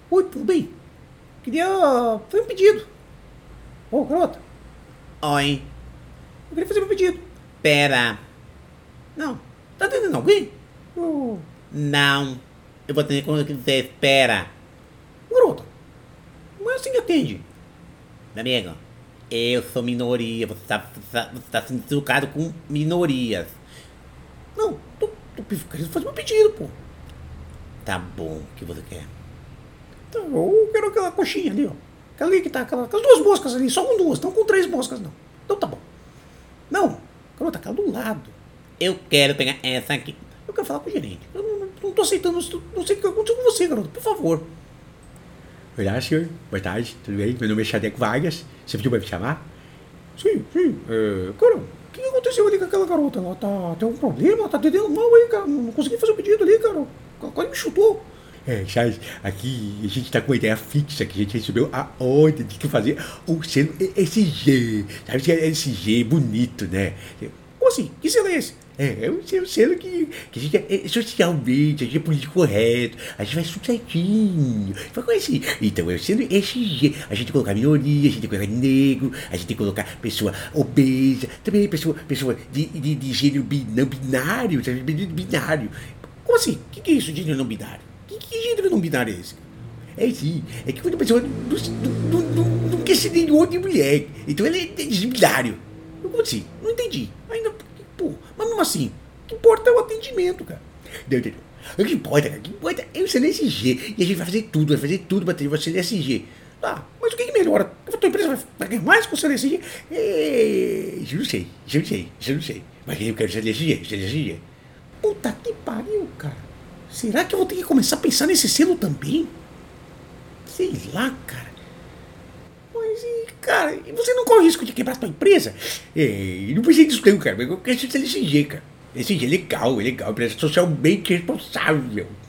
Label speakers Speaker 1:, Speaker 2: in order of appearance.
Speaker 1: Oi, tudo bem? Queria fazer um pedido. Ô, garota,
Speaker 2: Oi,
Speaker 1: eu queria fazer um pedido.
Speaker 2: pera.
Speaker 1: Não, tá atendendo alguém? Ô,
Speaker 2: Não. Eu vou atender quando quiser, espera.
Speaker 1: garota, não é assim que atende.
Speaker 2: Meu amigo, eu sou minoria. Você tá sendo educado com minorias.
Speaker 1: Não, tô querendo fazer um pedido, pô.
Speaker 2: Tá bom, o que você quer?
Speaker 1: Então, eu quero aquela coxinha ali, ó. Aquela ali que tá, aquelas duas moscas ali, só com duas, não com três moscas, não. Então tá bom. Não, garota, aquela do lado.
Speaker 2: Eu quero pegar essa aqui.
Speaker 1: Eu quero falar com o gerente. Eu não tô aceitando, não sei o que aconteceu com você, garota, por favor.
Speaker 3: Olá, senhor. Boa tarde. Tudo bem? Meu nome é Chadeco Vargas. Você pediu pra me chamar?
Speaker 1: Sim, sim. Cara, o que aconteceu ali com aquela garota? Ela tem algum problema? Ela tá atendendo mal aí, cara. Não consegui fazer o pedido ali, cara. Ela quase me chutou.
Speaker 3: Charles, aqui a gente tá com uma ideia fixa que a gente recebeu a ordem de que fazer o selo ESG. Sabe que é ESG bonito, né?
Speaker 1: Como assim? Que selo é esse?
Speaker 3: É um selo que a gente é socialmente, a gente é político correto, a gente faz tudo certinho. Vai conhecer. Então é o selo ESG. A gente tem que colocar minoria, a gente tem que colocar negro, a gente tem que colocar pessoa obesa, também pessoa de gênero não binário, sabe? Binário.
Speaker 1: Como assim? O que é isso de gênero não binário? Que gênero não binário é esse?
Speaker 3: É sim, é que quando a pessoa não quer ser nem homem nem mulher, então ela é desbinário.
Speaker 1: Como assim? Não entendi. Ainda, pô, mas mesmo assim, o que importa é o atendimento, cara.
Speaker 3: Não. O que importa, cara? O que importa é o CNSG. E a gente vai fazer tudo pra ter o CNSG.
Speaker 1: Tá, mas o que melhora? A tua empresa vai ganhar mais com o CNSG?
Speaker 3: Isso eu não sei. Mas eu quero CNSG.
Speaker 1: Puta que pariu, cara. Será que eu vou ter que começar a pensar nesse selo também? Sei lá, cara. Mas, cara, e você não corre o risco de quebrar tua empresa?
Speaker 3: Não precisa disso não, cara. Mas eu quero CNSG, cara. CNSG é legal, empresa socialmente responsável.